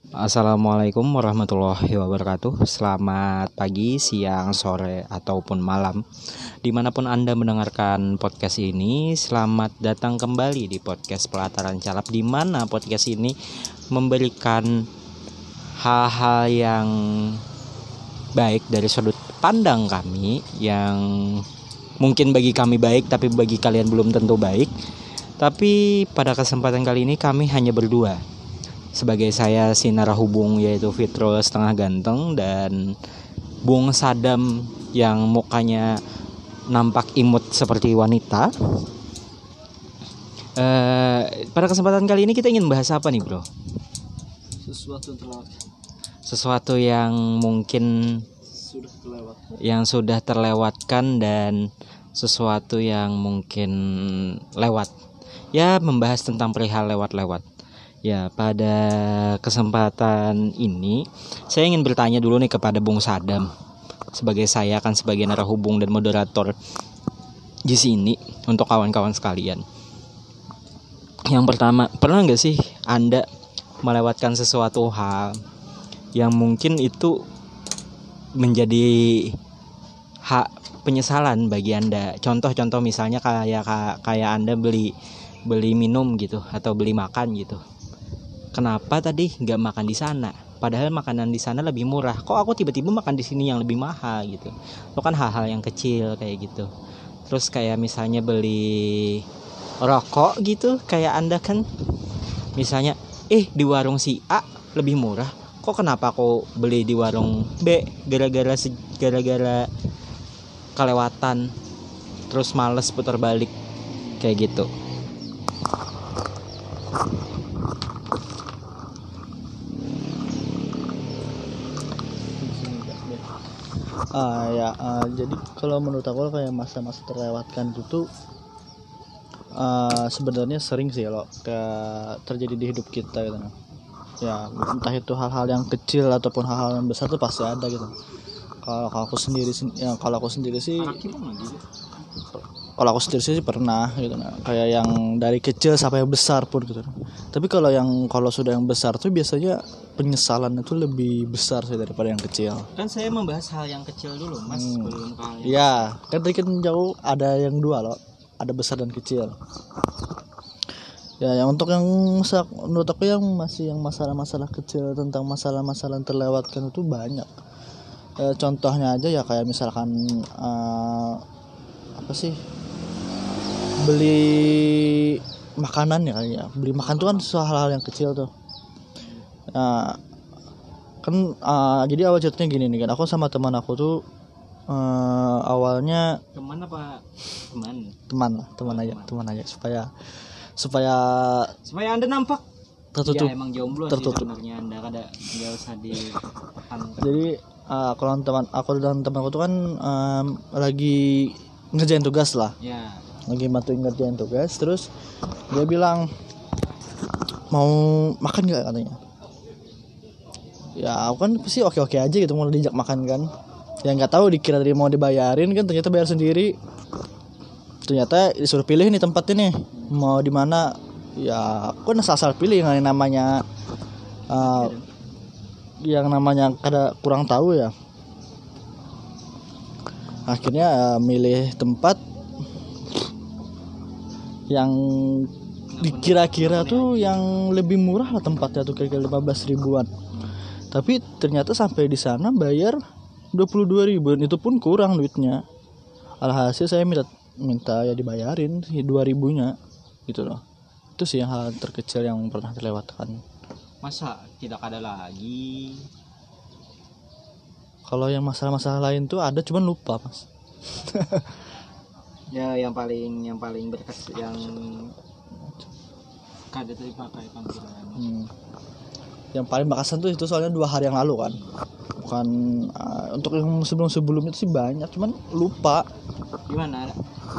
Assalamualaikum warahmatullahi wabarakatuh. Selamat pagi, siang, sore, ataupun malam dimanapun Anda mendengarkan podcast ini. Selamat datang kembali di podcast Pelataran Calap, di mana podcast ini memberikan hal-hal yang baik dari sudut pandang kami, yang mungkin bagi kami baik tapi bagi kalian belum tentu baik. Tapi pada kesempatan kali ini kami hanya berdua. Sebagai saya si narahubung, yaitu Fitrul setengah ganteng, dan Bung Sadam yang mukanya nampak imut seperti wanita. Pada kesempatan kali ini kita ingin bahas apa nih, bro? Sesuatu yang mungkin sudah terlewatkan dan sesuatu yang mungkin lewat. Ya, membahas tentang perihal lewat-lewat. Ya, pada kesempatan ini saya ingin bertanya dulu nih kepada Bung Sadam. Sebagai saya kan sebagai narahubung dan moderator di sini untuk kawan-kawan sekalian. Yang pertama, pernah nggak sih Anda melewatkan sesuatu hal yang mungkin itu menjadi hak penyesalan bagi Anda? Contoh misalnya kayak Anda beli minum gitu atau beli makan gitu. Kenapa tadi nggak makan di sana? Padahal makanan di sana lebih murah. Kok aku tiba-tiba makan di sini yang lebih mahal gitu? Itu kan hal-hal yang kecil kayak gitu. Terus kayak misalnya beli rokok gitu, kayak Anda kan misalnya di warung si A lebih murah. Kok kenapa aku beli di warung B? Gara-gara kelewatan, terus males putar balik kayak gitu. Jadi kalau menurut aku kayak masa-masa terlewatkan itu tuh sebenarnya sering sih kalau terjadi di hidup kita gitu. Ya, entah itu hal-hal yang kecil ataupun hal-hal yang besar tuh pasti ada gitu. Kalau aku sendiri sih pernah gitu, kayak yang dari kecil sampai besar pun gitu. Tapi kalau sudah yang besar tuh biasanya penyesalan itu lebih besar sih daripada yang kecil. Kan saya membahas hal yang kecil dulu, Mas, belum kali. Ya, kan tadi kan jauh ada yang dua loh, ada besar dan kecil. Ya, yang untuk yang menurut aku yang masalah-masalah kecil, tentang masalah-masalah yang terlewatkan itu banyak. Contohnya aja ya kayak misalkan beli makanan ya kali ya. Beli makan tuh kan hal-hal yang kecil tuh. Jadi awal ceritanya gini nih kan, aku sama teman aku tuh awalnya teman aja supaya Anda nampak tertutup. Ya, emang jomblo tertutup. Sih sebenarnya Anda nggak usah ditekan. Jadi kalau aku dan temanku tuh kan lagi ngerjain tugas lah. Ya. Lagi bantuin ngerjain tugas, terus dia bilang mau makan nggak katanya. Ya aku kan pasti oke aja gitu, mau diajak makan kan. Ya nggak tahu dikira dari mau dibayarin kan, ternyata bayar sendiri. Ternyata disuruh pilih nih tempatnya nih, mau di mana. Ya aku kan asal pilih yang namanya kada kurang tahu ya. Akhirnya milih tempat yang dikira-kira tuh yang lebih murah lah tempatnya tuh, kira-kira 15 ribuan. Tapi ternyata sampai di sana bayar 22 ribuan, itu pun kurang duitnya. Alhasil saya minta ya dibayarin 2 ribunya gitu loh. Itu sih yang hal terkecil yang pernah terlewatkan. Masa tidak ada lagi? Kalau yang masalah-masalah lain tuh ada, cuman lupa, Mas. Ya, yang paling berkesan yang kada terpakai tampilan. Yang paling berkesan tuh itu soalnya 2 hari yang lalu kan. Bukan untuk yang sebelum-sebelumnya itu sih banyak, cuman lupa. Gimana?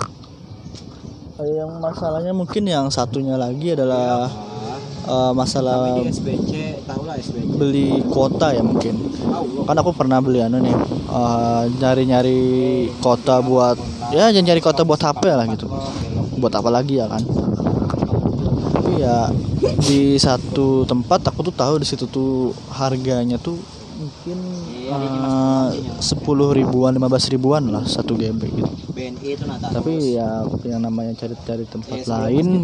Yang masalahnya mungkin yang satunya lagi adalah masalah SBC, tahu lah SBC. Beli kuota ya mungkin. Kan aku pernah beli nyari kuota buat HP lah gitu. Buat apa lagi ya kan. Tapi ya di satu tempat aku tuh tahu di situ tuh harganya tuh mungkin 10 ribuan 15 ribuan lah satu GB gitu. BNI itu tapi ya yang namanya cari-cari tempat lain,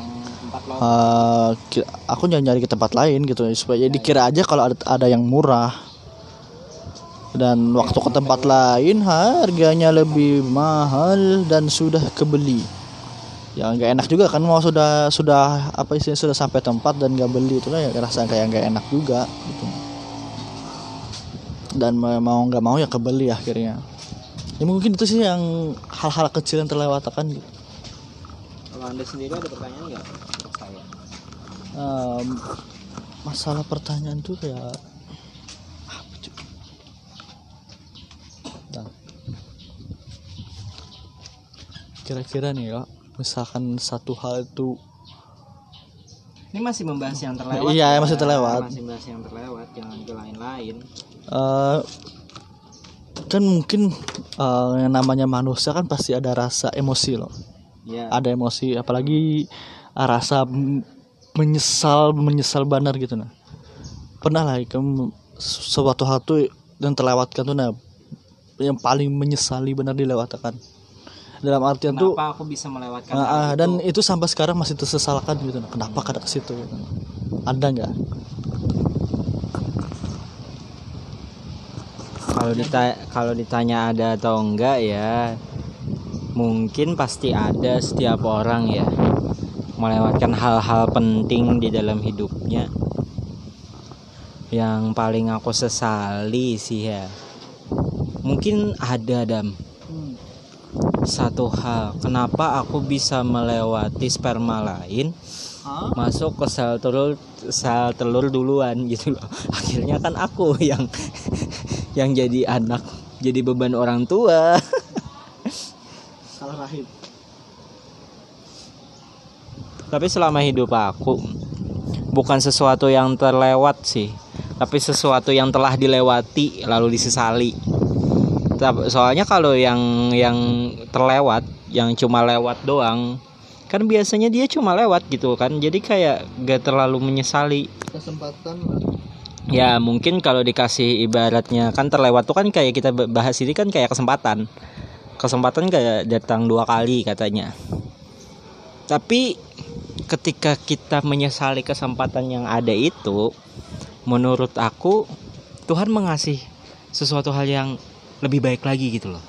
aku nyari ke tempat lain gitu supaya dikira aja kalau ada yang murah, dan waktu ke tempat lain harganya lebih mahal dan sudah kebeli. Ya nggak enak juga kan, mau sudah apa istilahnya sudah sampai tempat dan nggak beli, itu ya rasa kayak nggak enak juga gitu. Dan mau nggak mau ya kebeli akhirnya. Ya mungkin itu sih yang hal-hal kecil yang terlewatkan gitu. Kalau Anda sendiri ada pertanyaan nggak untuk saya? Masalah pertanyaan tuh kayak kira-kira nih ya, misalkan satu hal itu, ini masih membahas yang terlewat. Iya, masih terlewat. Masih membahas yang terlewat, jangan ke lain-lain. Kan mungkin yang namanya manusia kan pasti ada rasa emosi loh. Ya. Ada emosi, apalagi rasa menyesal benar gitu nah. Pernah lah kamu suatu hal tuh yang terlewatkan tuh nah, yang paling menyesali benar dilewatkan. Dalam artian kenapa tuh aku bisa melewatkan dan itu sampai sekarang masih tersesalkan gitu nah. Kenapa kada ke situ gitu. Ada enggak? Kalau ditanya ada atau enggak ya, mungkin pasti ada. Setiap orang ya melewatkan hal-hal penting di dalam hidupnya. Yang paling aku sesali sih ya, mungkin ada satu hal, kenapa aku bisa melewati sperma lain masuk ke sel telur duluan gitu loh. Akhirnya kan aku yang jadi anak, jadi beban orang tua. Salah rahim. Tapi selama hidup aku bukan sesuatu yang terlewat sih, tapi sesuatu yang telah dilewati lalu disesali. Soalnya kalau yang terlewat, yang cuma lewat doang, kan biasanya dia cuma lewat gitu kan, jadi kayak gak terlalu menyesali. Kesempatan ya mungkin kalau dikasih ibaratnya kan terlewat tuh kan kayak kita bahas ini kan kayak kesempatan kayak datang 2 kali katanya. Tapi ketika kita menyesali kesempatan yang ada itu, menurut aku Tuhan mengasih sesuatu hal yang lebih baik lagi gitu loh.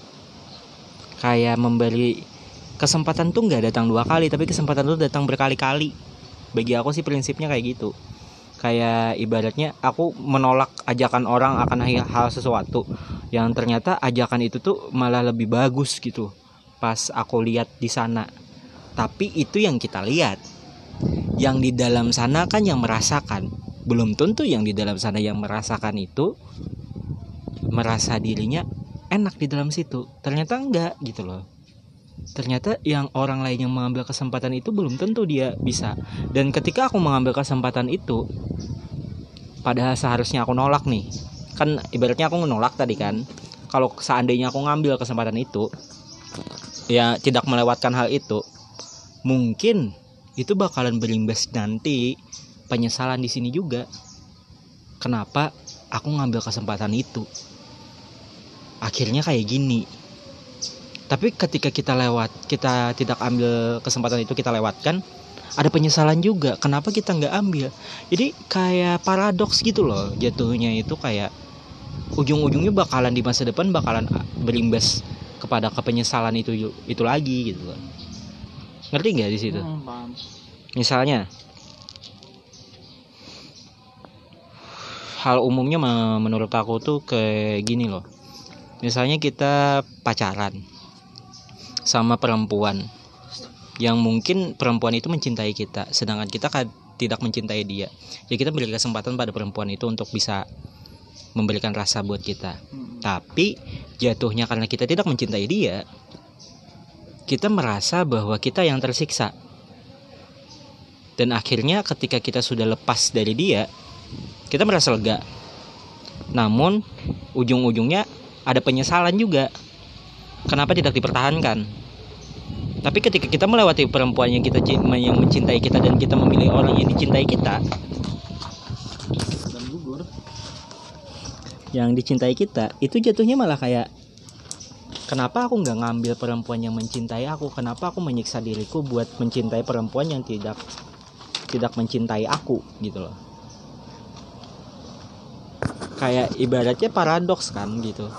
Kayak memberi kesempatan tuh gak datang 2 kali, tapi kesempatan tuh datang berkali-kali. Bagi aku sih prinsipnya kayak gitu. Kayak ibaratnya aku menolak ajakan orang akan hal sesuatu yang ternyata ajakan itu tuh malah lebih bagus gitu pas aku lihat di sana. Tapi itu yang kita lihat. Yang di dalam sana kan yang merasakan. Belum tentu yang di dalam sana yang merasakan itu merasa dirinya enak di dalam situ. Ternyata enggak gitu loh. Ternyata yang orang lain yang mengambil kesempatan itu belum tentu dia bisa. Dan ketika aku mengambil kesempatan itu, padahal seharusnya aku nolak nih. Kan ibaratnya aku nolak tadi kan. Kalau seandainya aku ngambil kesempatan itu, ya tidak melewatkan hal itu, mungkin itu bakalan berimbas nanti penyesalan di sini juga. Kenapa aku ngambil kesempatan itu? Akhirnya kayak gini. Tapi ketika kita tidak ambil kesempatan itu, kita lewatkan, ada penyesalan juga. Kenapa kita nggak ambil? Jadi kayak paradoks gitu loh jatuhnya. Itu kayak ujung-ujungnya bakalan di masa depan bakalan berimbas kepada kepenyesalan itu lagi gitu loh. Ngerti nggak di situ? Misalnya hal umumnya menurut aku tuh kayak gini loh. Misalnya kita pacaran sama perempuan yang mungkin perempuan itu mencintai kita, sedangkan kita tidak mencintai dia. Ya kita beri kesempatan pada perempuan itu untuk bisa memberikan rasa buat kita. Tapi jatuhnya karena kita tidak mencintai dia, kita merasa bahwa kita yang tersiksa. Dan akhirnya ketika kita sudah lepas dari dia, kita merasa lega. Namun ujung-ujungnya ada penyesalan juga. Kenapa tidak dipertahankan? Tapi ketika kita melewati perempuan yang mencintai kita dan kita memilih orang yang dicintai kita, dan gugur, yang dicintai kita, itu jatuhnya malah kayak, kenapa aku nggak ngambil perempuan yang mencintai aku? Kenapa aku menyiksa diriku buat mencintai perempuan yang tidak mencintai aku gitu loh. Kayak ibaratnya paradoks kan gitu.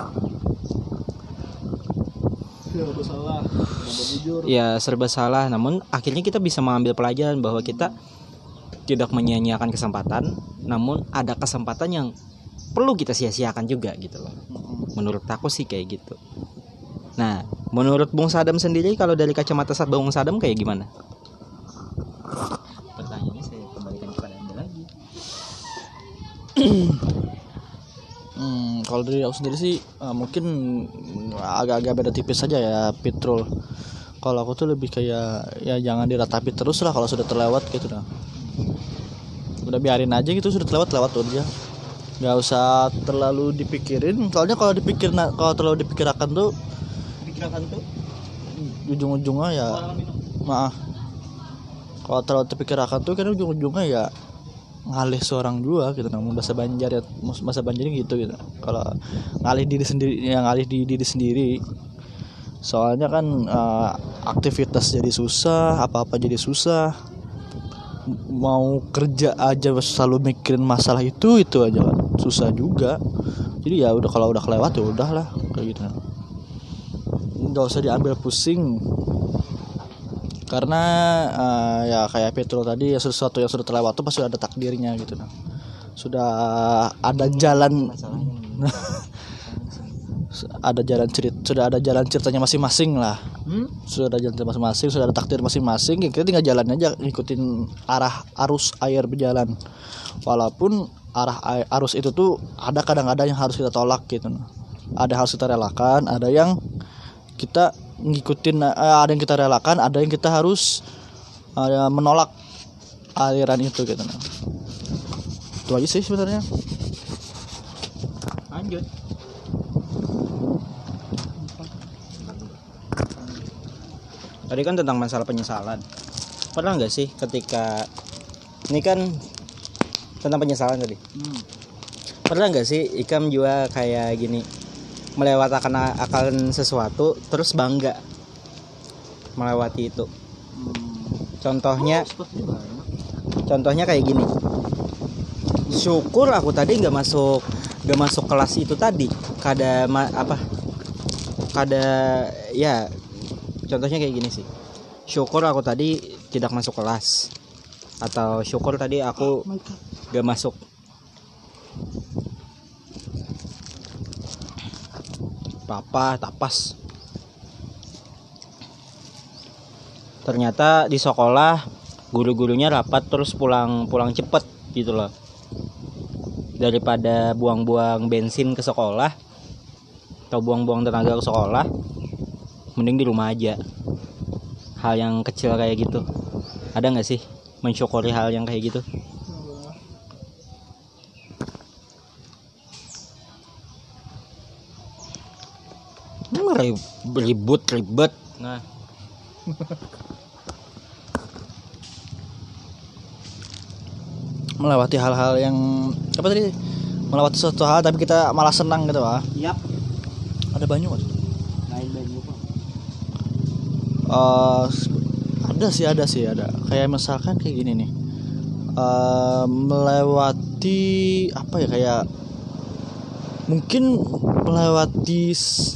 serba salah, serba jujur. Ya serba salah, namun akhirnya kita bisa mengambil pelajaran bahwa kita tidak menyia-nyiakan kesempatan, namun ada kesempatan yang perlu kita sia-siakan juga gitu loh. Menurut aku sih kayak gitu. Nah, menurut Bung Sadam sendiri, kalau dari kacamata Bung Sadam kayak gimana? Pertanyaannya saya kembalikan kepada Anda lagi. Kalau dari aku sendiri sih mungkin agak-agak beda tipis saja ya, Petrol. Kalau aku tuh lebih kayak ya jangan diratapi terus lah kalau sudah terlewat gitu nah. Udah biarin aja gitu, sudah lewat aja. Nggak usah terlalu dipikirin. Soalnya kalau terlalu dipikirkan tuh ujung-ujungnya ya maaf. Kalau terlalu terpikirkan tuh kan ujung-ujungnya ya ngalih seorang juga gitu, namun bahasa Banjar gitu. Kalau ngalih di diri sendiri, soalnya kan aktivitas jadi susah, apa-apa jadi susah, mau kerja aja selalu mikirin masalah itu aja kan susah juga. Jadi ya udah, kalau udah kelewat ya udahlah kayak gitu, nggak usah diambil pusing. Karena ya kayak Petrol tadi, ya sesuatu yang sudah terlewat itu pasti ada takdirnya gitu nah. Sudah ada jalan sudah ada jalan ceritanya masing-masing lah. Sudah ada jalan cerita masing-masing, sudah ada takdir masing-masing. Ya kita tinggal jalan aja, ngikutin arah arus air berjalan. Walaupun arus itu tuh ada kadang-kadang yang harus kita tolak gitu nah. Ada yang harus kita relakan, ada yang kita ngikutin, ada yang kita relakan, ada yang kita harus menolak aliran itu gitu nah. Itu aja sih sebenarnya. Lanjut. Tadi kan tentang masalah penyesalan. Pernah nggak sih ketika ini kan tentang penyesalan tadi? Pernah nggak sih Ikam juga kayak gini, melewatkan akan sesuatu terus bangga melewati itu? Contohnya kayak gini. Syukur aku tadi nggak masuk kelas itu tadi. Ya contohnya kayak gini sih. Syukur aku tadi tidak masuk kelas, atau syukur tadi aku nggak masuk. Tapas. Ternyata di sekolah guru-gurunya rapat terus pulang cepet gitu loh. Daripada buang-buang bensin ke sekolah atau buang-buang tenaga ke sekolah, mending di rumah aja. Hal yang kecil kayak gitu, ada nggak sih mensyukuri hal yang kayak gitu? Ribet. Nah, melewati hal-hal yang apa tadi, melewati suatu hal tapi kita malah senang gitu lah. Yap. Ada banyak kan? Lain banyak kok. Ada sih. Kayak misalkan kayak gini nih, melewati apa ya, kayak mungkin melewati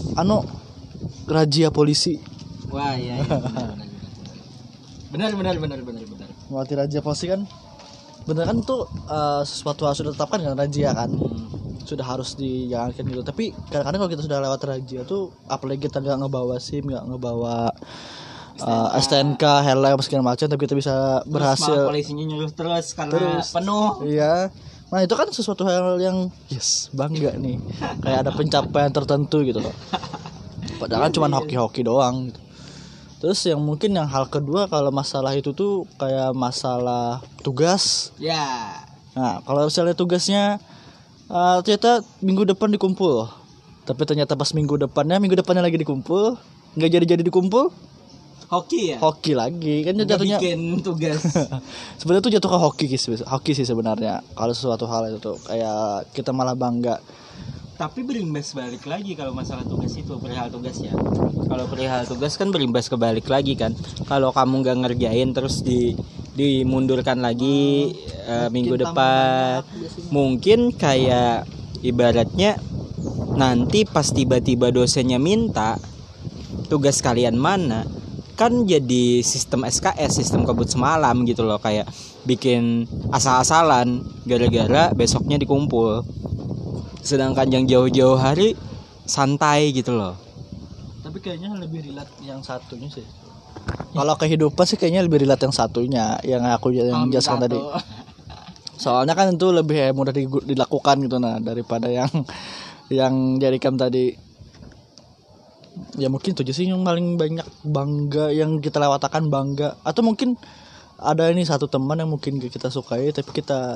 razia polisi. Wah iya. Benar. Melewati razia polisi kan, bener kan tuh sesuatu harus sudah ditetapkan kan, razia kan. Sudah harus dijalankan gitu. Tapi kadang-kadang kalau kita sudah lewat razia tuh, apalagi kita nggak ngebawa SIM, nggak ngebawa STNK, helm segala macam, tapi kita bisa berhasil. Polisinya nyuruh terus karena penuh. Iya. Nah itu kan sesuatu hal yang bangga nih, kayak ada pencapaian tertentu gitu loh. Padahal cuma hoki-hoki doang gitu. Terus yang mungkin yang hal kedua, kalau masalah itu tuh kayak masalah tugas. Ya. Nah kalau misalnya tugasnya ternyata minggu depan dikumpul, tapi ternyata pas minggu depannya lagi dikumpul, nggak jadi dikumpul, Hoki ya? Hoki lagi kan Nggak jatuhnya. bikin tugas. Sebenarnya tuh jatuh ke hoki sih sebenarnya. Kalau sesuatu hal itu tuh kayak kita malah bangga. Tapi berimbas balik lagi kalau masalah tugas itu, perihal tugas ya. Kalau perihal tugas kan berimbas kebalik lagi kan. Kalau kamu nggak ngerjain terus dimundurkan lagi minggu depan, mungkin kayak ibaratnya nanti pas tiba-tiba dosennya minta tugas kalian mana, kan jadi sistem SKS, sistem kebut semalam gitu loh, kayak bikin asal-asalan gara-gara besoknya dikumpul. Sedangkan yang jauh-jauh hari santai gitu loh. Tapi kayaknya lebih relate yang satunya sih. Kalau kehidupan sih kayaknya lebih relate yang satunya, yang aku yang jelaskan tadi. Soalnya kan itu lebih mudah dilakukan gitu daripada yang jadikan tadi. Ya mungkin itu aja sih yang paling banyak bangga yang kita lewatakan, bangga. Atau mungkin ada ini satu teman yang mungkin kita sukai tapi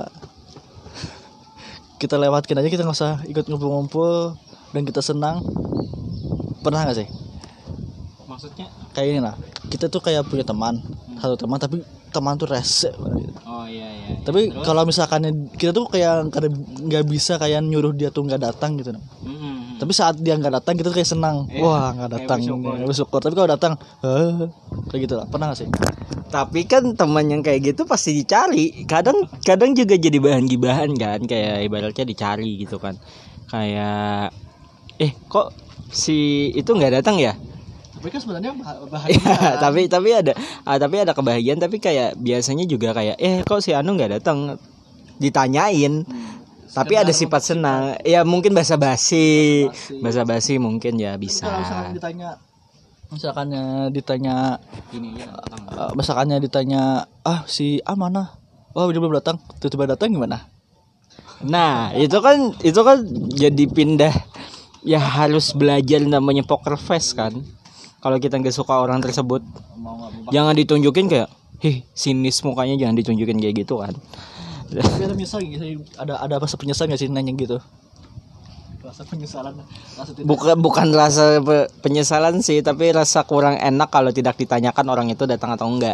kita lewatkan aja, kita nggak usah ikut ngumpul-ngumpul dan kita senang. Pernah nggak sih? Maksudnya? Kayak ini lah, kita tuh kayak punya teman, satu teman tapi teman tuh rese. Oh iya. Tapi kalau misalkan kita tuh kayak nggak bisa kayak nyuruh dia tuh nggak datang gitu. Tapi saat dia nggak datang kita tuh kayak senang. Wah nggak datang, bersyukur. Tapi kalau datang, kayak gitu lah. Pernah nggak sih? Tapi kan teman yang kayak gitu pasti dicari. Kadang juga jadi bahan gibahan kan, kayak ibaratnya dicari gitu kan. Kayak kok si itu nggak datang ya? Tapi kan sebenarnya bahagia. Ya, tapi ada kebahagiaan, tapi kayak biasanya juga kayak kok si Anu nggak datang, ditanyain. Tapi ada sifat senang. Ya mungkin basa-basi mungkin ya bisa. Kalau misalkannya ditanya misalkannya ditanya si A mana? Wah dia belum datang, tiba-tiba datang gimana? Nah itu kan jadi pindah. Ya harus belajar namanya poker face kan. Kalau kita nggak suka orang tersebut, jangan ditunjukin kayak sinis mukanya, jangan ditunjukin kayak gitu kan. Tapi ada menyesal gitu, ada rasa penyesalan nggak sih nanya gitu? Rasa penyesalan, bukan rasa penyesalan sih, tapi rasa kurang enak kalau tidak ditanyakan orang itu datang atau enggak.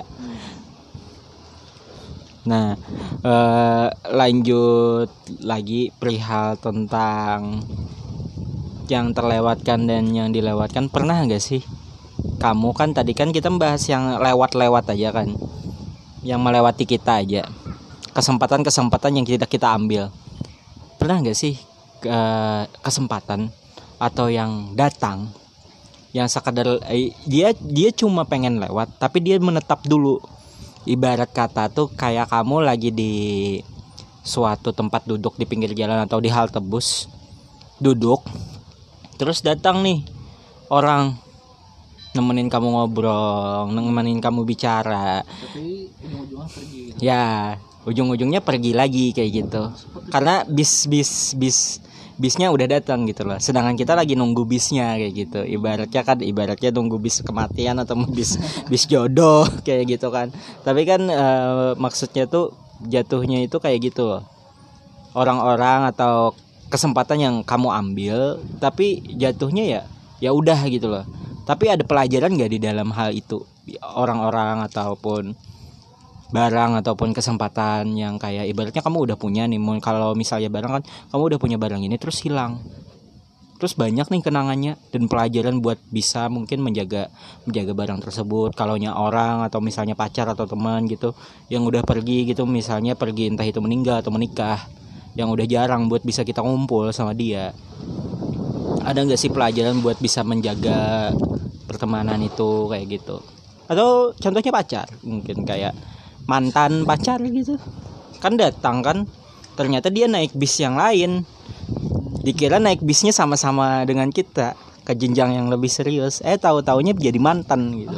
Nah lanjut lagi perihal tentang yang terlewatkan dan yang dilewatkan. Pernah nggak sih kamu, kan tadi kan kita membahas yang lewat-lewat aja kan, yang melewati kita aja, kesempatan yang tidak kita ambil. Pernah nggak sih kesempatan atau yang datang yang sekadar dia cuma pengen lewat tapi dia menetap dulu. Ibarat kata tuh kayak kamu lagi di suatu tempat duduk di pinggir jalan atau di halte bus, duduk terus datang nih orang nemenin kamu ngobrol, nemenin kamu bicara, tapi ujung-ujungnya pergi gitu. Ya ujung-ujungnya pergi lagi kayak gitu. Karena bisnya udah datang gitu loh. Sedangkan kita lagi nunggu bisnya kayak gitu. Ibaratnya nunggu bis kematian atau bis jodoh kayak gitu kan. Tapi kan maksudnya tuh jatuhnya itu kayak gitu loh. Orang-orang atau kesempatan yang kamu ambil tapi jatuhnya ya udah gitu loh. Tapi ada pelajaran nggak di dalam hal itu? Orang-orang ataupun barang ataupun kesempatan yang kayak ibaratnya kamu udah punya nih. Kalau misalnya barang kan kamu udah punya barang ini terus hilang, terus banyak nih kenangannya dan pelajaran buat bisa mungkin menjaga barang tersebut. Kalaunya orang atau misalnya pacar atau teman gitu yang udah pergi gitu, misalnya pergi entah itu meninggal atau menikah, yang udah jarang buat bisa kita ngumpul sama dia. Ada nggak sih pelajaran buat bisa menjaga pertemanan itu kayak gitu? Atau contohnya pacar, mungkin kayak mantan pacar gitu kan, datang kan ternyata dia naik bis yang lain, dikira naik bisnya sama-sama dengan kita ke jenjang yang lebih serius, tahu-taunya jadi mantan gitu.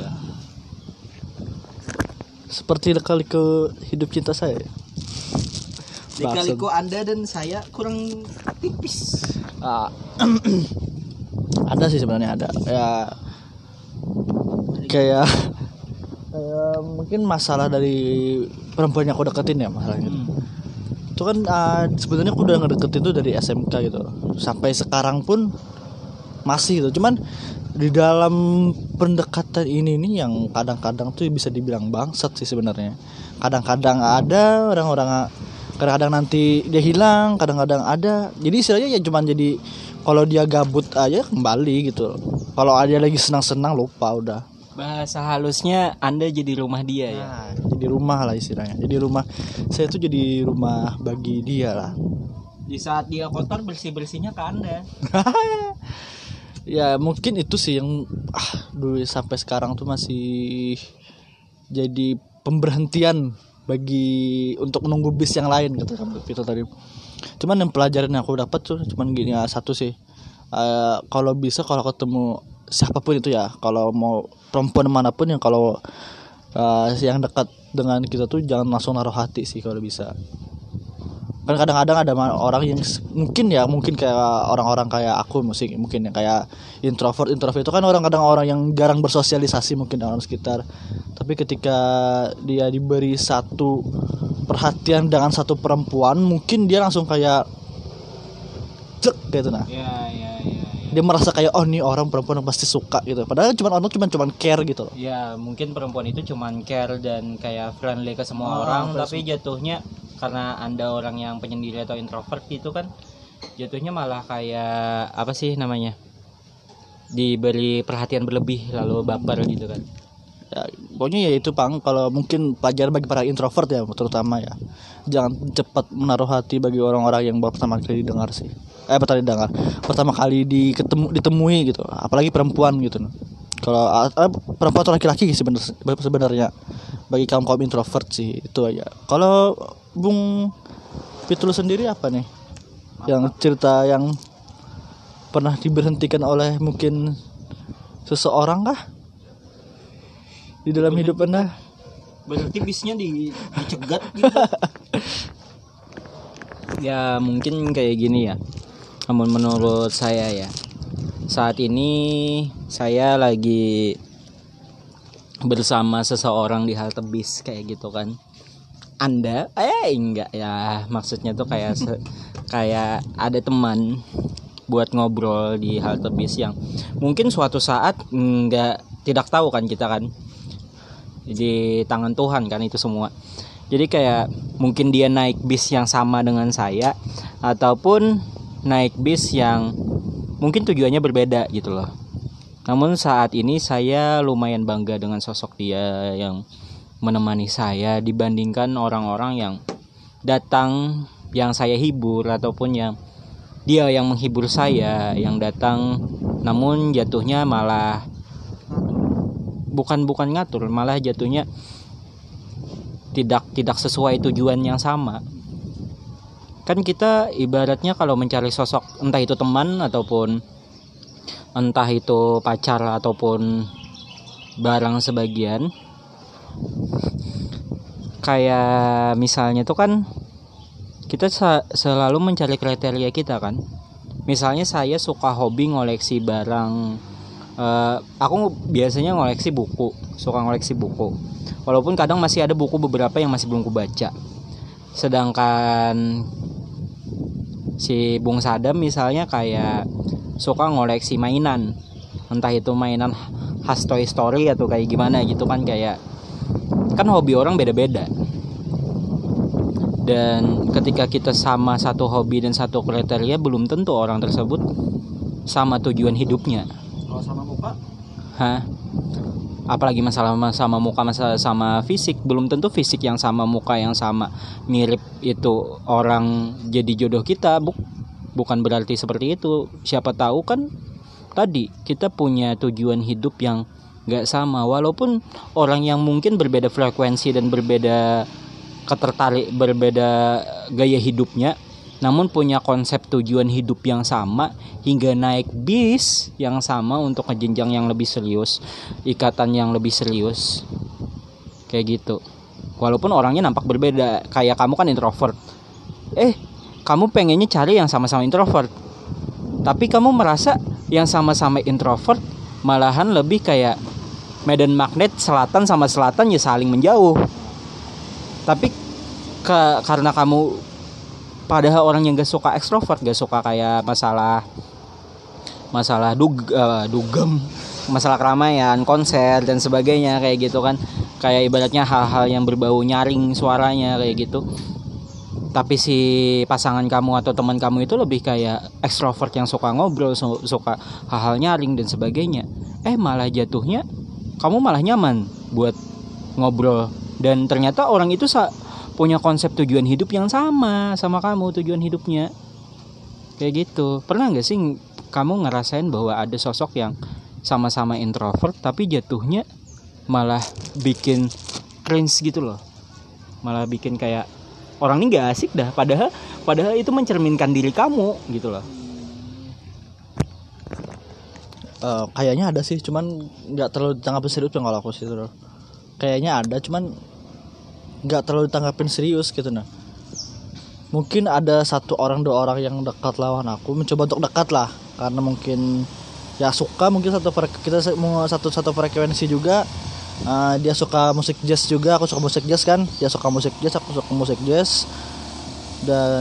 Seperti kali-ke hidup cinta saya. Lika-liku Anda dan saya kurang tipis. Ada sih sebenarnya, ada ya, kayak mungkin masalah dari perempuan yang aku deketin ya, masalahnya itu kan sebenarnya aku udah ngedeketin tuh dari SMK gitu sampai sekarang pun masih gitu. Cuman di dalam pendekatan ini nih yang kadang-kadang tuh bisa dibilang bangsat sih sebenarnya. Kadang-kadang ada orang-orang, kadang-kadang nanti dia hilang, kadang-kadang ada. Jadi istilahnya ya cuman jadi kalau dia gabut aja kembali gitu. Kalau ada lagi senang-senang lupa udah. Bahasa halusnya Anda jadi rumah dia ya. Nah, jadi rumah lah istilahnya. Jadi rumah saya tuh jadi rumah bagi dia lah. Di saat dia kotor bersih-bersihnya ke Anda. Ya mungkin itu sih yang dulu sampai sekarang tuh masih jadi pemberhentian bagi untuk menunggu bis yang lain kata Vito tadi. Cuman yang pelajaran yang aku dapat tuh cuman gini ya, satu sih. Kalau bisa kalau ketemu siapapun itu ya, kalau mau perempuan manapun yang kalau yang dekat dengan kita tuh jangan langsung naruh hati sih kalau bisa. Kan kadang-kadang ada orang yang mungkin kayak orang-orang kayak aku mungkin yang kayak introvert itu kan kadang orang yang jarang bersosialisasi mungkin dengan sekitar. Tapi ketika dia diberi satu perhatian dengan satu perempuan, mungkin dia langsung kayak cek gitu nah. Ya. Dia merasa kayak nih orang perempuan yang pasti suka gitu. Padahal cuman care gitu loh. Ya, mungkin perempuan itu cuman care dan kayak friendly ke semua orang, tapi jatuhnya karena Anda orang yang penyendiri atau introvert gitu kan, jatuhnya malah kayak apa sih namanya? Diberi perhatian berlebih lalu baper gitu kan. Ya, pokoknya ya itu Pang, kalau mungkin pelajaran bagi para introvert ya terutama ya. Jangan cepat menaruh hati bagi orang-orang yang baru pertama kali didengar sih. Pertama kali ditemui gitu, apalagi perempuan gitu. Kalau perempuan atau laki-laki sebenarnya bagi kaum introvert sih itu aja. Kalau Bung Pitul sendiri apa nih? Yang cerita yang pernah diberhentikan oleh mungkin seseorang kah? Di dalam hidup Anda? Berarti bisnya dicegat gitu. Ya mungkin kayak gini ya. Namun menurut saya ya, saat ini saya lagi bersama seseorang di halte bis kayak gitu kan. Anda enggak ya, maksudnya tuh kayak kayak ada teman buat ngobrol di halte bis yang mungkin suatu saat tidak tahu kan kita kan, di tangan Tuhan kan itu semua. Jadi kayak mungkin dia naik bis yang sama dengan saya, ataupun naik bis yang mungkin tujuannya berbeda gitu loh. Namun saat ini saya lumayan bangga dengan sosok dia yang menemani saya dibandingkan orang-orang yang datang yang saya hibur, ataupun yang dia yang menghibur saya yang datang, namun jatuhnya malah bukan ngatur, malah jatuhnya tidak sesuai tujuan yang sama. Kan kita ibaratnya kalau mencari sosok, entah itu teman ataupun entah itu pacar ataupun barang sebagian, kayak misalnya tuh kan kita selalu mencari kriteria kita kan. Misalnya saya suka hobi ngoleksi barang, aku biasanya ngoleksi buku, suka ngoleksi buku. Walaupun kadang masih ada buku beberapa yang masih belum kubaca. Sedangkan si Bung Sadam misalnya kayak suka ngoleksi mainan, entah itu mainan khas Toy Story atau kayak gimana gitu kan. Kayak kan hobi orang beda-beda. Dan ketika kita sama satu hobi dan satu kriteria, belum tentu orang tersebut sama tujuan hidupnya. Kalau sama muka? Apalagi masalah sama muka, masalah sama fisik, belum tentu fisik yang sama, muka yang sama, mirip itu orang jadi jodoh kita. Bukan berarti seperti itu. Siapa tahu kan tadi kita punya tujuan hidup yang gak sama. Walaupun orang yang mungkin berbeda frekuensi dan berbeda berbeda gaya hidupnya, namun punya konsep tujuan hidup yang sama, hingga naik bis yang sama untuk jenjang yang lebih serius, ikatan yang lebih serius, kayak gitu. Walaupun orangnya nampak berbeda. Kayak kamu kan introvert, kamu pengennya cari yang sama-sama introvert, tapi kamu merasa yang sama-sama introvert malahan lebih kayak medan magnet selatan sama selatan ya saling menjauh. Tapi karena kamu padahal orang yang gak suka ekstrovert, gak suka kayak masalah dugem, masalah keramaian, konser dan sebagainya kayak gitu kan. Kayak ibaratnya hal-hal yang berbau nyaring suaranya kayak gitu. Tapi si pasangan kamu atau teman kamu itu lebih kayak ekstrovert yang suka ngobrol, suka hal-hal nyaring dan sebagainya. Malah jatuhnya kamu malah nyaman buat ngobrol. Dan ternyata orang itu punya konsep tujuan hidup yang sama kamu, tujuan hidupnya. Kayak gitu. Pernah gak sih kamu ngerasain bahwa ada sosok yang sama-sama introvert tapi jatuhnya malah bikin cringe gitu loh. Malah bikin kayak orang ini gak asik dah, padahal itu mencerminkan diri kamu gitu loh. Kayaknya ada sih, cuman nggak terlalu ditanggapin serius kalau aku sih tuh. Kayaknya ada, cuman nggak terlalu ditanggapin serius gitu nah. Mungkin ada 1 orang 2 orang yang dekat lawan aku, mencoba untuk dekat lah, karena mungkin ya suka, mungkin kita mau satu frekuensi juga. Dia suka musik jazz juga, aku suka musik jazz kan. Dia suka musik jazz, aku suka musik jazz. Dan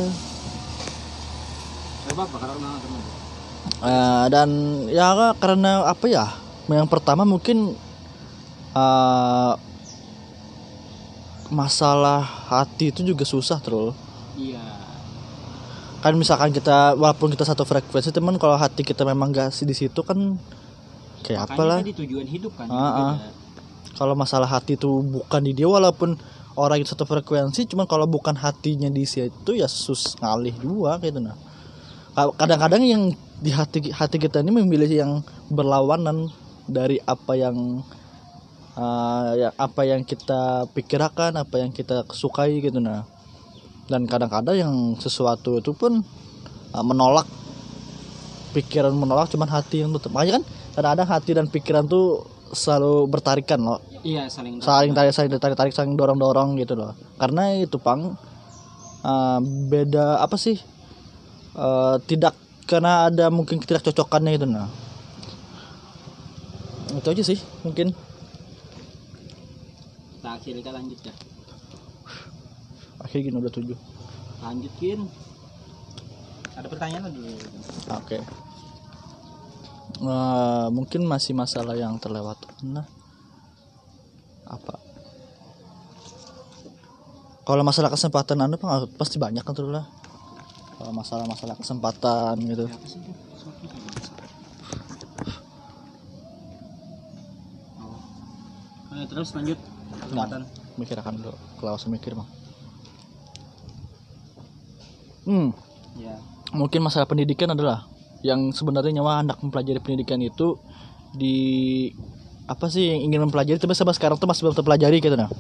dan ya karena apa ya? Yang pertama mungkin masalah hati itu juga susah terus. Iya. Kan misalkan kita walaupun kita satu frekuensi, teman kalau hati kita memang gak di situ kan kayak apalah. Makanya tujuan hidup kan. Kalau masalah hati itu bukan di dia, walaupun orang itu satu frekuensi, cuman kalau bukan hatinya di situ ya ngalih dua gitu nah. Kadang-kadang yang di hati kita ini memilih yang berlawanan dari apa yang kita pikirkan, apa yang kita sukai gitu nah. Dan kadang-kadang yang sesuatu itu pun menolak, pikiran menolak, cuman hati yang tutup. Makanya kan kadang-kadang hati dan pikiran tuh selalu bertarikan loh. Iya, saling tarik, saling dorong gitu loh. Karena itu beda apa sih? Tidak, karena ada mungkin ketidakcocokannya itu nah. Itu aja sih mungkin. Kita akhiri, kita lanjut ya. Akhirnya udah 7. Lanjutin. Ada pertanyaan lagi? Oke. Mungkin masih masalah yang terlewat. Nah, apa? Kalau masalah kesempatan pasti banyak kan terus lah. Kalau masalah kesempatan gitu. Terus lanjut kesempatan. Mikir akan dulu. Kalau mikir mah. Ya. Mungkin masalah pendidikan adalah yang sebenarnya nyawa anak mempelajari pendidikan itu di apa sih yang ingin mempelajari tapi sampai sekarang tuh masih belum terpelajari gitu nah.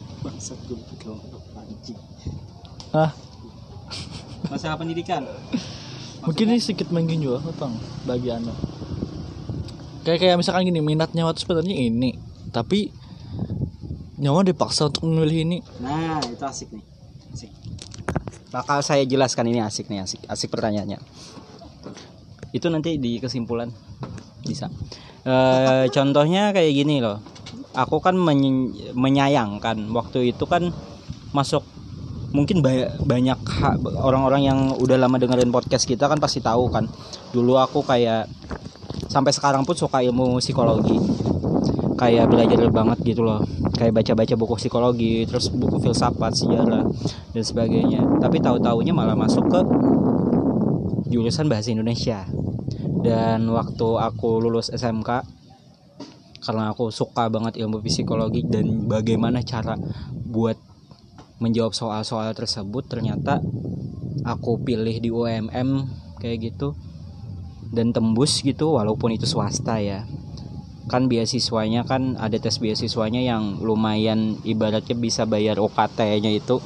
Masalah pendidikan. Mungkin ini sedikit menginjau Bang bagi Anda. Kayak misalkan gini, minat nyawa itu sebenarnya ini, tapi nyawa dipaksa untuk memilih ini. Nah, itu asik nih. Asik. Bakal saya jelaskan, ini asik nih, asik pertanyaannya. Itu nanti di kesimpulan bisa. Contohnya kayak gini loh. Aku kan menyayangkan waktu itu kan masuk, mungkin banyak orang-orang yang udah lama dengerin podcast kita kan pasti tahu kan. Dulu aku kayak sampai sekarang pun suka ilmu psikologi. Kayak belajar banget gitu loh. Kayak baca-baca buku psikologi, terus buku filsafat, sejarah dan sebagainya. Tapi tahu-taunya malah masuk ke jurusan bahasa Indonesia. Dan waktu aku lulus SMK, karena aku suka banget ilmu psikologi dan bagaimana cara buat menjawab soal-soal tersebut, ternyata aku pilih di UMM kayak gitu dan tembus gitu, walaupun itu swasta ya. Kan beasiswanya kan ada tes beasiswanya yang lumayan, ibaratnya bisa bayar UKT-nya itu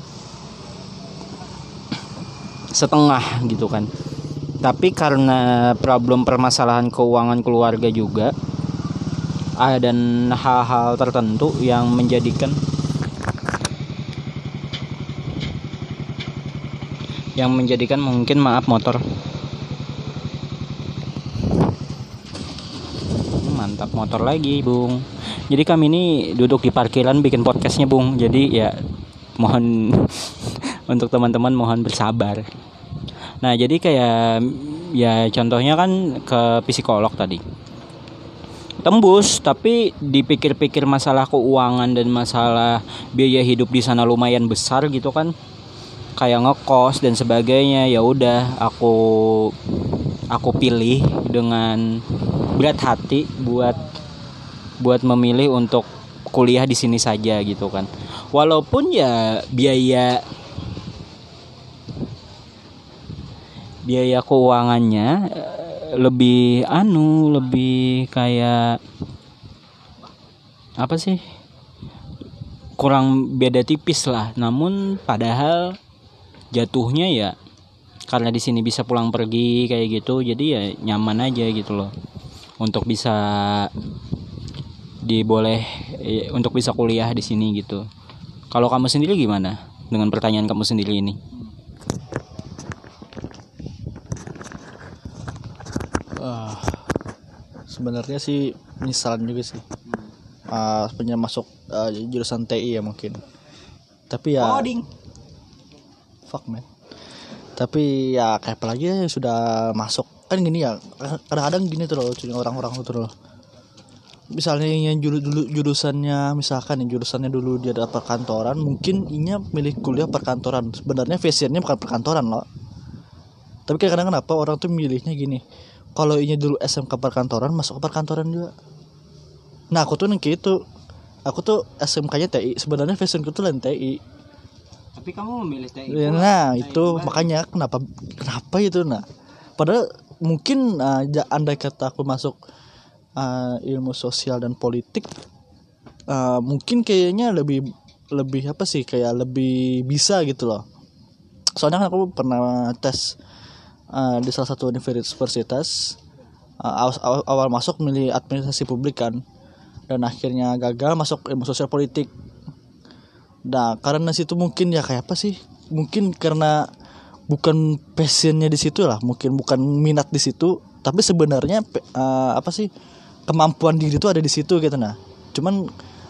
setengah gitu kan. Tapi karena problem permasalahan keuangan keluarga juga dan hal-hal tertentu yang menjadikan mungkin motor mantap, motor lagi Bung. Jadi kami ini duduk di parkiran bikin podcastnya Bung. Jadi ya mohon untuk teman-teman mohon bersabar. Nah jadi kayak ya contohnya kan ke psikolog tadi tembus, tapi dipikir-pikir masalah keuangan dan masalah biaya hidup di sana lumayan besar gitu kan, kayak ngekos dan sebagainya. Ya udah aku pilih dengan berat hati buat memilih untuk kuliah di sini saja gitu kan. Walaupun ya biaya keuangannya lebih kayak apa sih, kurang beda tipis lah. Namun padahal jatuhnya ya karena di sini bisa pulang pergi kayak gitu, jadi ya nyaman aja gitu loh untuk bisa untuk bisa kuliah di sini gitu. Kalau kamu sendiri gimana dengan pertanyaan kamu sendiri ini? Sebenarnya sih penyesalan juga sih. Sebenarnya masuk jurusan TI ya mungkin. Tapi ya Coding. Fuck man. Tapi ya kayak apalagi ya sudah masuk kan gini ya. Kadang-kadang gini tuh loh orang-orang tuh loh. Misalnya yang jurusannya misalkan yang jurusannya dulu dia ada perkantoran, mungkin inya milih kuliah perkantoran. Sebenarnya passionnya bukan perkantoran loh. Tapi kadang-kadang kenapa orang tuh milihnya gini. Kalau ini dulu SMK perkantoran, masuk ke perkantoran juga. Nah aku tuh kayak itu. Aku tuh SMK-nya TI. Sebenarnya fashionku tuh lain TI. Tapi kamu memilih TI. Nah itu makanya kenapa itu. Nah padahal mungkin andai kata aku masuk ilmu sosial dan politik, mungkin kayaknya lebih apa sih, kayak lebih bisa gitu loh. Soalnya kan aku pernah tes di salah satu universitas, awal masuk milih administrasi publik kan, dan akhirnya gagal masuk ilmu sosial politik. Nah karena situ mungkin ya kayak apa sih, mungkin karena bukan passionnya di situ lah, mungkin bukan minat di situ, tapi sebenarnya apa sih, kemampuan diri itu ada di situ gitu. Nah cuman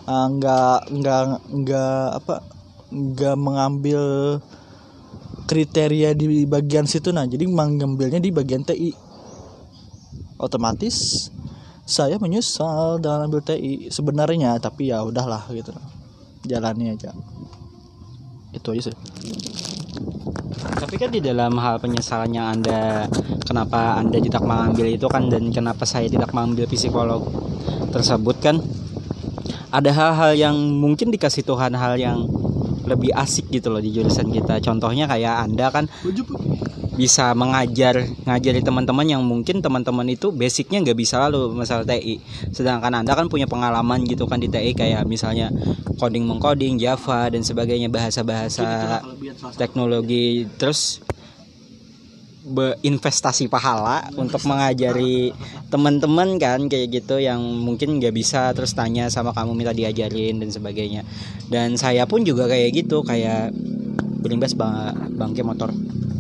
nggak mengambil kriteria di bagian situ. Nah jadi mengambilnya di bagian TI. Otomatis saya menyesal dalam ambil TI sebenarnya, tapi ya udahlah gitu, jalani aja. Itu aja sih. Tapi kan di dalam hal penyesalan yang kenapa Anda tidak mengambil itu kan, dan kenapa saya tidak mengambil psikolog tersebut kan, ada hal-hal yang mungkin dikasih Tuhan, hal yang lebih asik gitu loh di jurusan kita. Contohnya kayak Anda kan bisa ngajari teman-teman yang mungkin teman-teman itu basicnya nggak bisa lalu masalah TI, sedangkan Anda kan punya pengalaman gitu kan di TI, kayak misalnya mengcoding Java dan sebagainya, bahasa-bahasa teknologi, terus berinvestasi pahala untuk mengajari teman-teman kan kayak gitu yang mungkin nggak bisa, terus tanya sama kamu minta diajarin dan sebagainya. Dan saya pun juga kayak gitu, kayak berimbas bangke motor,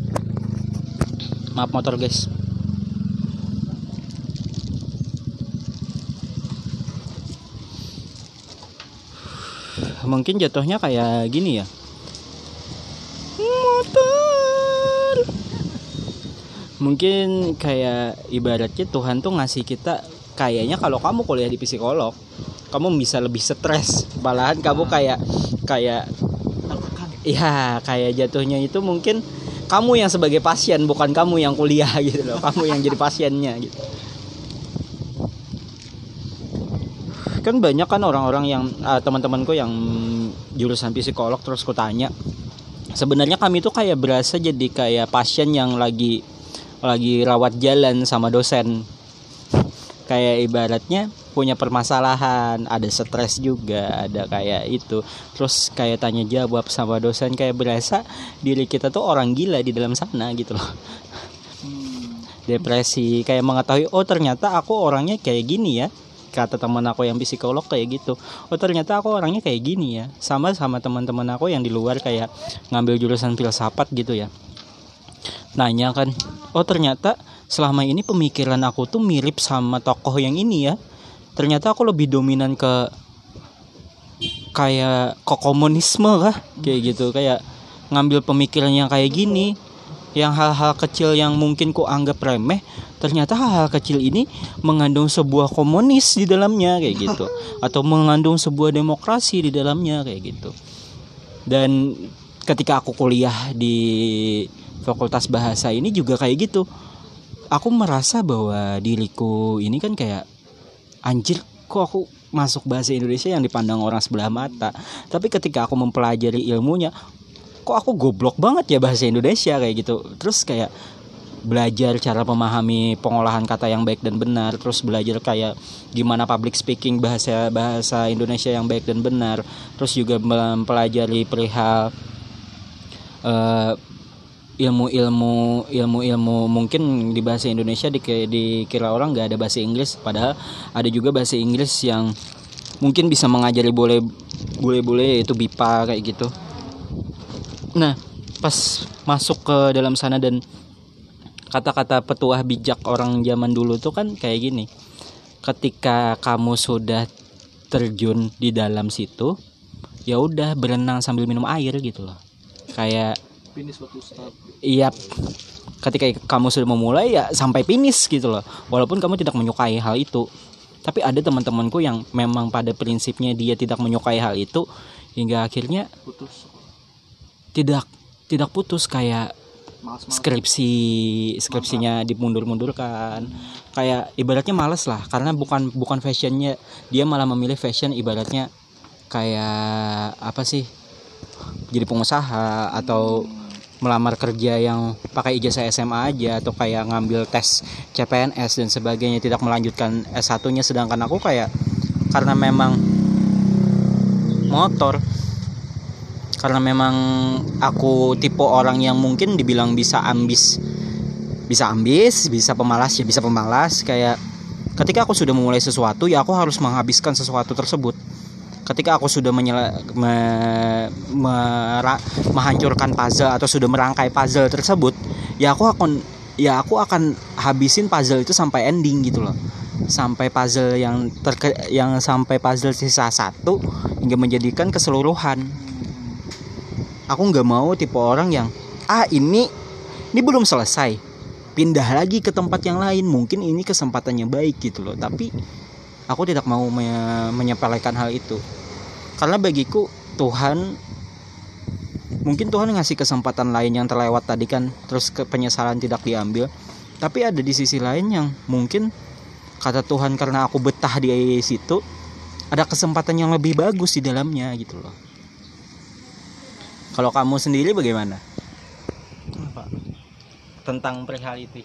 maaf motor guys. Mungkin jatuhnya kayak gini ya, motor. Mungkin kayak ibaratnya Tuhan tuh ngasih kita, kayaknya kalau kamu kuliah di psikolog, kamu bisa lebih stres. Malahan kamu kayak ya kayak jatuhnya itu mungkin kamu yang sebagai pasien, bukan kamu yang kuliah gitu loh. Kamu yang jadi pasiennya gitu. Kan banyak kan orang-orang yang teman-temanku yang jurusan psikolog, terus ku tanya, sebenarnya kami tuh kayak berasa jadi kayak pasien yang lagi rawat jalan sama dosen. Kayak ibaratnya punya permasalahan, ada stres juga, ada kayak itu. Terus kayak tanya jawab sama dosen, kayak berasa diri kita tuh orang gila di dalam sana gitu loh. Depresi, kayak mengetahui oh ternyata aku orangnya kayak gini ya. Kata teman aku yang psikolog kayak gitu. Oh ternyata aku orangnya kayak gini ya. Sama teman-teman aku yang di luar kayak ngambil jurusan filsafat gitu ya. Nanya kan, oh ternyata selama ini pemikiran aku tuh mirip sama tokoh yang ini ya. Ternyata aku lebih dominan ke kayak komunisme lah, kayak gitu, kayak ngambil pemikiran yang kayak gini. yang hal-hal kecil yang mungkin ku anggap remeh, ternyata hal-hal kecil ini mengandung sebuah komunis di dalamnya kayak gitu, atau mengandung sebuah demokrasi di dalamnya kayak gitu. Dan ketika aku kuliah di Fakultas Bahasa ini juga kayak gitu. Aku merasa bahwa diriku ini kan kayak, anjir, kok aku masuk bahasa Indonesia yang dipandang orang sebelah mata. Tapi ketika aku mempelajari ilmunya, kok aku goblok banget ya bahasa Indonesia kayak gitu. Terus kayak belajar cara memahami pengolahan kata yang baik dan benar, terus belajar kayak gimana public speaking bahasa Indonesia yang baik dan benar, terus juga mempelajari perihal ilmu mungkin di bahasa Indonesia dikira orang nggak ada bahasa Inggris, padahal ada juga bahasa Inggris yang mungkin bisa mengajari bule itu BIPA kayak gitu. Nah, pas masuk ke dalam sana dan kata-kata petuah bijak orang zaman dulu tuh kan kayak gini. Ketika kamu sudah terjun di dalam situ, ya udah berenang sambil minum air gitu loh. Kayak finish waktu start. Iya. Ketika kamu sudah memulai ya sampai finish gitu loh. Walaupun kamu tidak menyukai hal itu. Tapi ada teman-temanku yang memang pada prinsipnya dia tidak menyukai hal itu hingga akhirnya Putus. Tidak putus, kayak skripsinya dimundur-mundurkan. Kayak ibaratnya malas lah, karena bukan fashionnya, dia malah memilih fashion ibaratnya kayak apa sih, jadi pengusaha atau melamar kerja yang pakai ijazah SMA aja, atau kayak ngambil tes CPNS dan sebagainya, tidak melanjutkan S1-nya. Sedangkan aku kayak karena memang motor, karena memang aku tipe orang yang mungkin dibilang bisa ambis, bisa pemalas, ya bisa pemalas. Kayak ketika aku sudah memulai sesuatu, ya aku harus menghabiskan sesuatu tersebut. Ketika aku sudah menghancurkan puzzle atau sudah merangkai puzzle tersebut, ya aku akan habisin puzzle itu sampai ending gitu loh. Sampai puzzle yang sampai puzzle sisa satu hingga menjadikan keseluruhan. Aku nggak mau tipe orang yang ini belum selesai, pindah lagi ke tempat yang lain, mungkin ini kesempatannya baik gitu loh. Tapi aku tidak mau menyepelekan hal itu, karena bagiku mungkin Tuhan ngasih kesempatan lain yang terlewat tadi kan, terus penyesalan tidak diambil. Tapi ada di sisi lain yang mungkin kata Tuhan, karena aku betah di situ, ada kesempatan yang lebih bagus di dalamnya gitu loh. Kalau kamu sendiri bagaimana? Apa? Tentang perihal itu.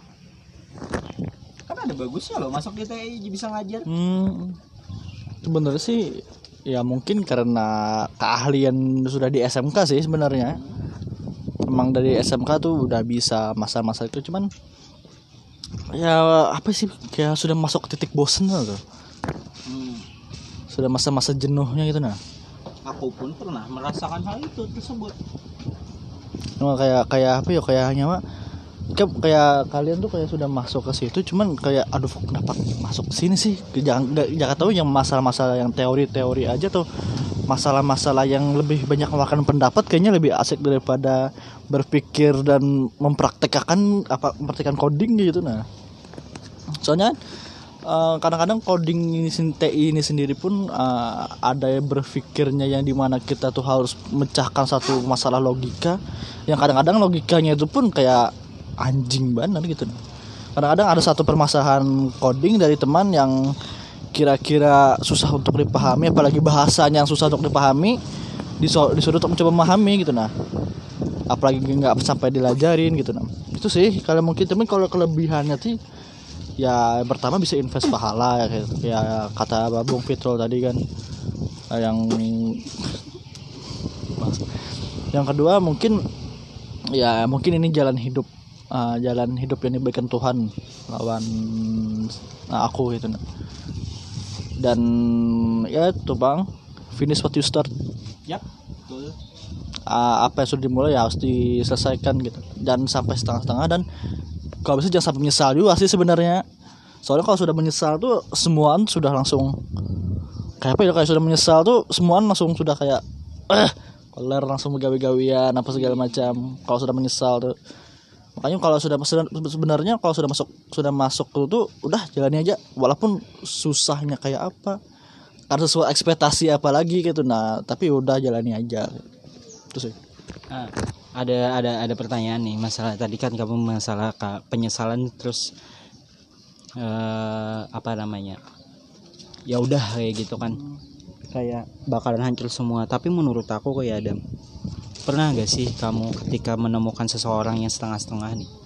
Kan ada bagusnya loh masuk DTI bisa ngajar. Sebenarnya sih ya mungkin karena keahlian sudah di SMK sih sebenarnya. Emang dari SMK tuh udah bisa masa-masa itu, cuman ya apa sih, kayak sudah masuk ke titik bosen tuh. Sudah masa-masa jenuhnya gitu nah. Aku pun pernah merasakan hal itu tersebut. Cuma kayak apa ya, kayak hanya kayak kalian tuh kayak sudah masuk ke situ, cuman kayak aduh kenapa masuk ke sini sih, jangan tahu yang masalah-masalah yang teori-teori aja tuh, masalah-masalah yang lebih banyak mengeluarkan pendapat kayaknya lebih asik daripada berpikir dan mempraktekkan coding gitu. Nah soalnya kadang-kadang coding TI ini sendiri pun ada yang berpikirnya yang dimana kita tuh harus mecahkan satu masalah logika yang kadang-kadang logikanya itu pun kayak anjing banget gitu. Kadang-kadang ada satu permasalahan coding dari teman yang kira-kira susah untuk dipahami, apalagi bahasanya yang susah untuk dipahami, disuruh untuk mencoba memahami gitu. Nah apalagi nggak sampai dilajarin gitu. Nah itu sih kalau mungkin temen, kalau kelebihannya sih ya pertama bisa invest pahala ya kata Bung Fitrol tadi kan. Yang kedua mungkin ini jalan hidup yang diberikan Tuhan lawan aku gitu. Dan ya itu Bang, finish what you start. Yap, betul. Apa yang sudah dimulai ya harus diselesaikan gitu. Dan sampai setengah-setengah, dan kalau bisa jangan sampai menyesal juga sih sebenarnya. Soalnya kalau sudah menyesal tuh semuaan sudah langsung kayak apa ya, kayak sudah menyesal tuh semuaan langsung sudah kayak koler, langsung begawi-gawian apa segala macam. Kalau sudah menyesal tuh Makanya kalau sebenarnya kalau sudah masuk tuh udah jalani aja walaupun susahnya kayak apa. Karena sesuai ekspektasi apa lagi gitu. Nah, tapi udah jalani aja. Terus ada pertanyaan nih, masalah tadi kan kamu masalah penyesalan, terus apa namanya? Ya udah kayak gitu kan. Kayak bakalan hancur semua. Tapi menurut aku kayak Adam, pernah gak sih kamu ketika menemukan seseorang yang setengah-setengah nih,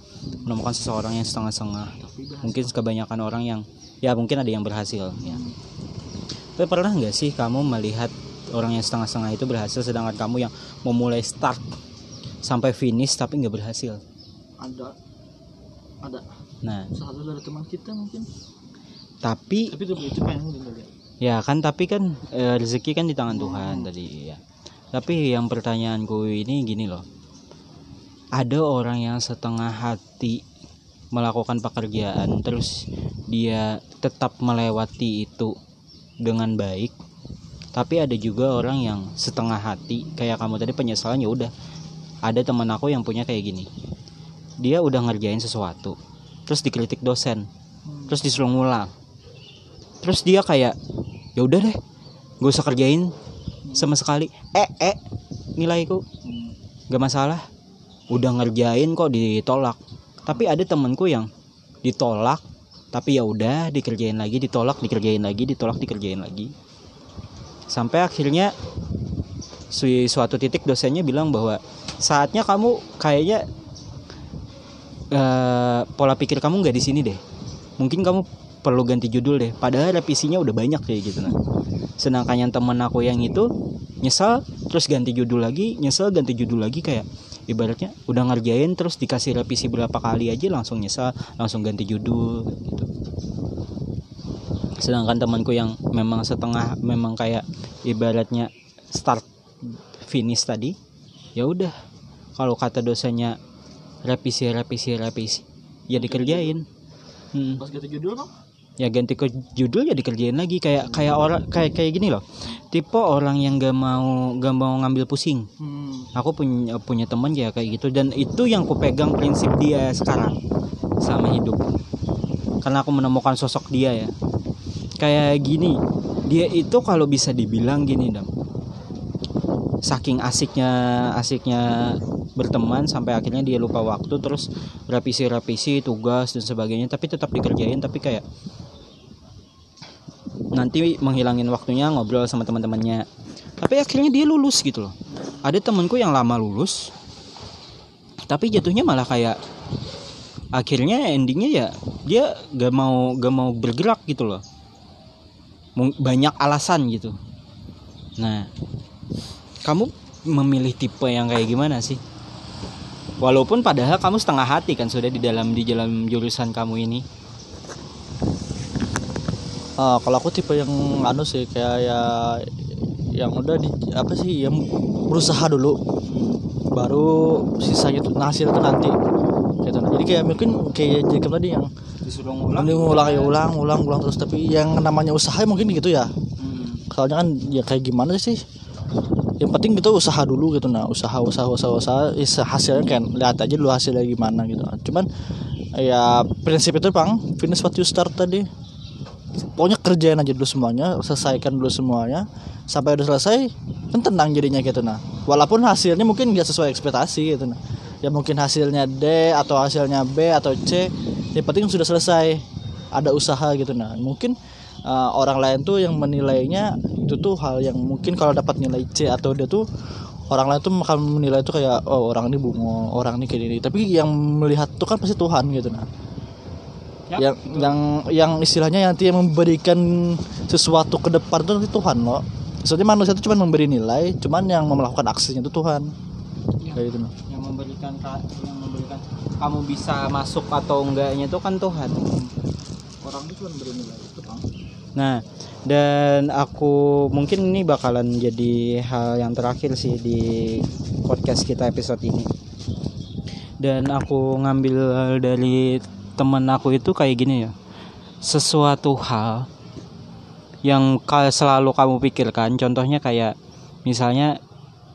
mungkin kebanyakan orang yang ya mungkin ada yang berhasil ya. Tapi pernah gak sih kamu melihat orang yang setengah-setengah itu berhasil, sedangkan kamu yang memulai start sampai finish tapi gak berhasil? Ada. Nah, satu dari teman kita mungkin. Tapi itu pengen lihat. Ya kan, tapi kan rezeki kan di tangan Tuhan tadi ya. Tapi yang pertanyaanku ini gini loh. Ada orang yang setengah hati melakukan pekerjaan, terus dia tetap melewati itu dengan baik. Tapi ada juga orang yang setengah hati kayak kamu tadi, penyesalan. Ya udah, ada teman aku yang punya kayak gini. Dia udah ngerjain sesuatu, terus dikritik dosen, terus disuruh ngulang. Terus dia kayak, ya udah deh, gak usah kerjain sama sekali. Nilaiku gak masalah, udah ngerjain kok ditolak. Tapi ada temanku yang ditolak, tapi ya udah dikerjain lagi, ditolak, dikerjain lagi, ditolak, dikerjain lagi. Sampai akhirnya suatu titik dosennya bilang bahwa saatnya kamu kayaknya pola pikir kamu nggak di sini deh. Mungkin kamu perlu ganti judul deh. Padahal revisinya udah banyak kayak gitu. Nah, sedangkan yang temen aku yang itu nyesel terus ganti judul lagi, nyesel ganti judul lagi, kayak ibaratnya udah ngerjain terus dikasih revisi berapa kali aja langsung nyesel, langsung ganti judul gitu. Sedangkan temanku yang memang setengah, memang kayak ibaratnya start finish tadi, ya udah, kalau kata dosennya revisi ya dikerjain. Pas ganti judul dong? Ya ganti ke judul ya dikerjain lagi, kayak orang kayak gini loh, tipe orang yang gak mau ngambil pusing. Aku punya teman ya kayak gitu, dan itu yang aku pegang prinsip dia sekarang selama hidup, karena aku menemukan sosok dia ya kayak gini. Dia itu kalau bisa dibilang gini dong, saking asiknya berteman sampai akhirnya dia lupa waktu, terus revisi tugas dan sebagainya, tapi tetap dikerjain, tapi kayak nanti menghilangin waktunya ngobrol sama teman-temannya. Tapi akhirnya dia lulus gitu loh. Ada temanku yang lama lulus, tapi jatuhnya malah kayak akhirnya endingnya ya dia gak mau bergerak gitu loh, banyak alasan gitu. Nah, kamu memilih tipe yang kayak gimana sih? Walaupun padahal kamu setengah hati kan sudah di dalam jurusan kamu ini. Kalau aku tipe yang sih, kayak yang udah yang berusaha dulu, baru sisanya tuh hasil itu nanti gitu. Jadi kayak mungkin kayak Jacob tadi yang disuruh ulang terus, tapi yang namanya usaha mungkin gitu ya. Soalnya kan ya kayak gimana sih, yang penting gitu usaha dulu gitu. Nah, usaha hasilnya kan lihat aja dulu hasilnya gimana gitu. Cuman ya prinsip itu Bang, finish what you start tadi. Pokoknya kerjain aja dulu semuanya, selesaikan dulu semuanya sampai udah selesai, kan tenang jadinya gitu. Nah, walaupun hasilnya mungkin nggak sesuai ekspektasi gitu. Nah, ya mungkin hasilnya D atau hasilnya B atau C, yang penting sudah selesai, ada usaha gitu. Nah, mungkin orang lain tuh yang menilainya itu tuh hal yang mungkin kalau dapat nilai C atau D tuh orang lain tuh akan menilai itu kayak, oh orang ini bungo, orang ini kayak gini. Tapi yang melihat tuh kan pasti Tuhan gitu. Nah, yang istilahnya nanti yang memberikan sesuatu ke depan itu Tuhan loh. Maksudnya manusia itu cuma memberi nilai, cuman yang melakukan aksinya itu Tuhan. Kayak gitu loh. Yang memberikan kamu bisa masuk atau enggaknya itu kan Tuhan. Orang itu cuma memberi nilai itu Bang. Nah, dan aku mungkin ini bakalan jadi hal yang terakhir sih di podcast kita episode ini. Dan aku ngambil dari teman aku itu kayak gini ya, sesuatu hal yang selalu kamu pikirkan, contohnya kayak misalnya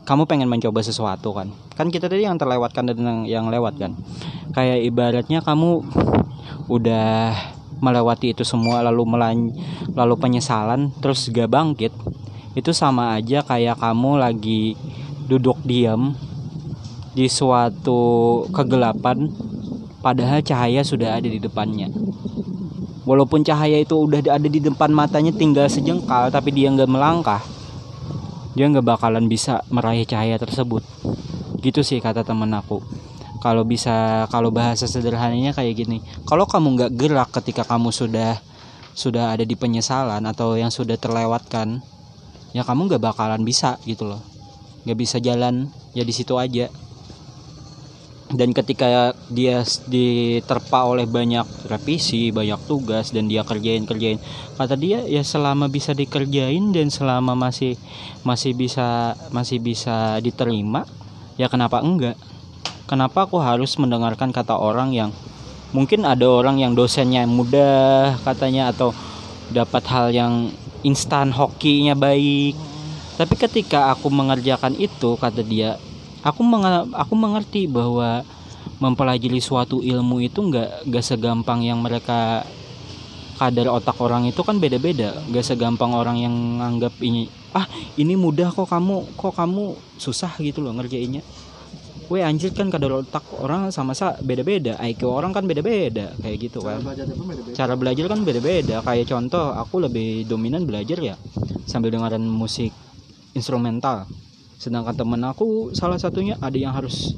kamu pengen mencoba sesuatu kan kita tadi yang terlewatkan dan yang lewat kan, kayak ibaratnya kamu udah melewati itu semua lalu penyesalan terus gak bangkit, itu sama aja kayak kamu lagi duduk diam di suatu kegelapan padahal cahaya sudah ada di depannya. Walaupun cahaya itu udah ada di depan matanya tinggal sejengkal, tapi dia gak melangkah, dia gak bakalan bisa meraih cahaya tersebut. Gitu sih kata temen aku. Kalau bahasa sederhananya kayak gini, kalau kamu gak gerak ketika kamu sudah ada di penyesalan atau yang sudah terlewatkan, ya kamu gak bakalan bisa gitu loh, gak bisa jalan, ya di situ aja. Dan ketika dia diterpa oleh banyak revisi, banyak tugas, dan dia kerjain, kata dia ya selama bisa dikerjain dan selama masih bisa diterima, ya kenapa enggak? Kenapa aku harus mendengarkan kata orang yang mungkin ada orang yang dosennya mudah katanya, atau dapat hal yang instan, hokinya baik. Tapi ketika aku mengerjakan itu, kata dia, aku mengerti bahwa mempelajari suatu ilmu itu nggak segampang yang mereka, kadar otak orang itu kan beda-beda, nggak segampang orang yang nganggap ini mudah kok kamu susah gitu loh ngerjainnya. Anjir kan kadar otak orang sama beda-beda, IQ orang kan beda-beda kayak gitu kan. Cara belajar kan beda-beda. Kayak contoh, aku lebih dominan belajar ya sambil dengerin musik instrumental. Sedangkan temen aku salah satunya ada yang harus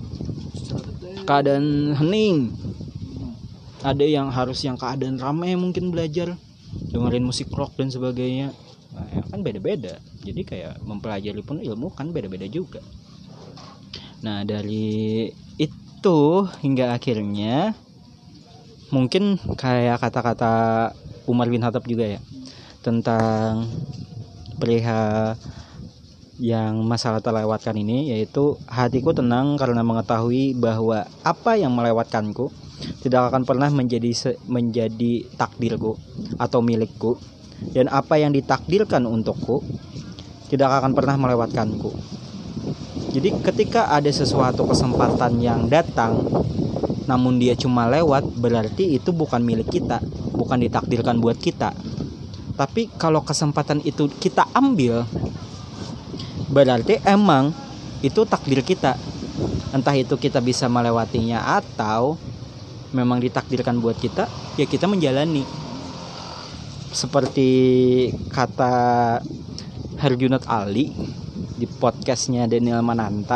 keadaan hening, ada yang harus yang keadaan ramai mungkin belajar, dengerin musik rock dan sebagainya. Nah, ya kan beda-beda. Jadi kayak mempelajari pun ilmu kan beda-beda juga. Nah dari itu hingga akhirnya mungkin kayak kata-kata Umar bin Khattab juga ya, tentang perihal yang masalah terlewatkan ini, yaitu hatiku tenang karena mengetahui bahwa apa yang melewatkanku tidak akan pernah menjadi takdirku atau milikku, dan apa yang ditakdirkan untukku tidak akan pernah melewatkanku. Jadi ketika ada sesuatu kesempatan yang datang namun dia cuma lewat, berarti itu bukan milik kita, bukan ditakdirkan buat kita. Tapi kalau kesempatan itu kita ambil, berarti emang itu takdir kita. Entah itu kita bisa melewatinya atau memang ditakdirkan buat kita, ya kita menjalani. Seperti kata Herjunot Ali di podcastnya Daniel Mananta,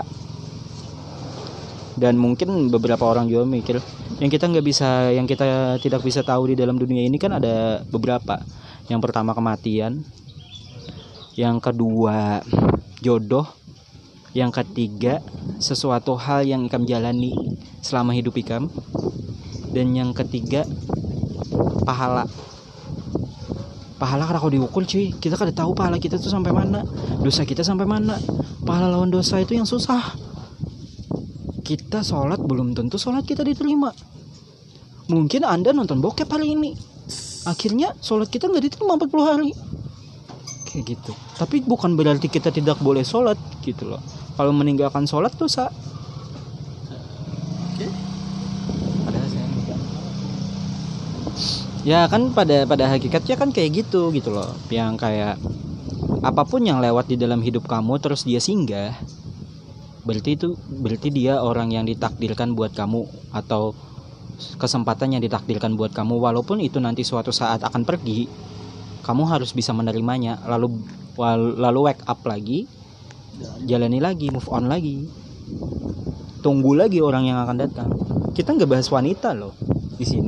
dan mungkin beberapa orang juga mikir yang kita tidak bisa tahu di dalam dunia ini kan ada beberapa. Yang pertama kematian, yang kedua jodoh, yang ketiga sesuatu hal yang ikam jalani selama hidup ikam, dan yang ketiga pahala karena kalau diukur cuy, kita kada tahu pahala kita tuh sampai mana, dosa kita sampai mana. Pahala lawan dosa itu yang susah. Kita sholat belum tentu sholat kita diterima. Mungkin Anda nonton bokep hari ini, akhirnya sholat kita nggak diterima 40 hari kayak gitu. Tapi bukan berarti kita tidak boleh sholat gitu loh. Kalau meninggalkan sholat dosa. Ya kan pada hakikatnya kan kayak gitu loh. Yang kayak apapun yang lewat di dalam hidup kamu terus dia singgah, berarti dia orang yang ditakdirkan buat kamu, atau kesempatan yang ditakdirkan buat kamu. Walaupun itu nanti suatu saat akan pergi, kamu harus bisa menerimanya, lalu wake up lagi, jalani lagi, move on lagi, tunggu lagi orang yang akan datang. Kita nggak bahas wanita loh di sini.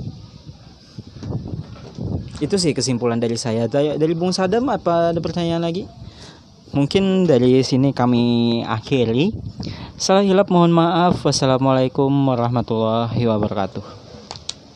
Itu sih kesimpulan dari saya. Dari Bung Sadam, apa ada pertanyaan lagi? Mungkin dari sini kami akhiri. Salah hilap mohon maaf. Wassalamualaikum warahmatullahi wabarakatuh.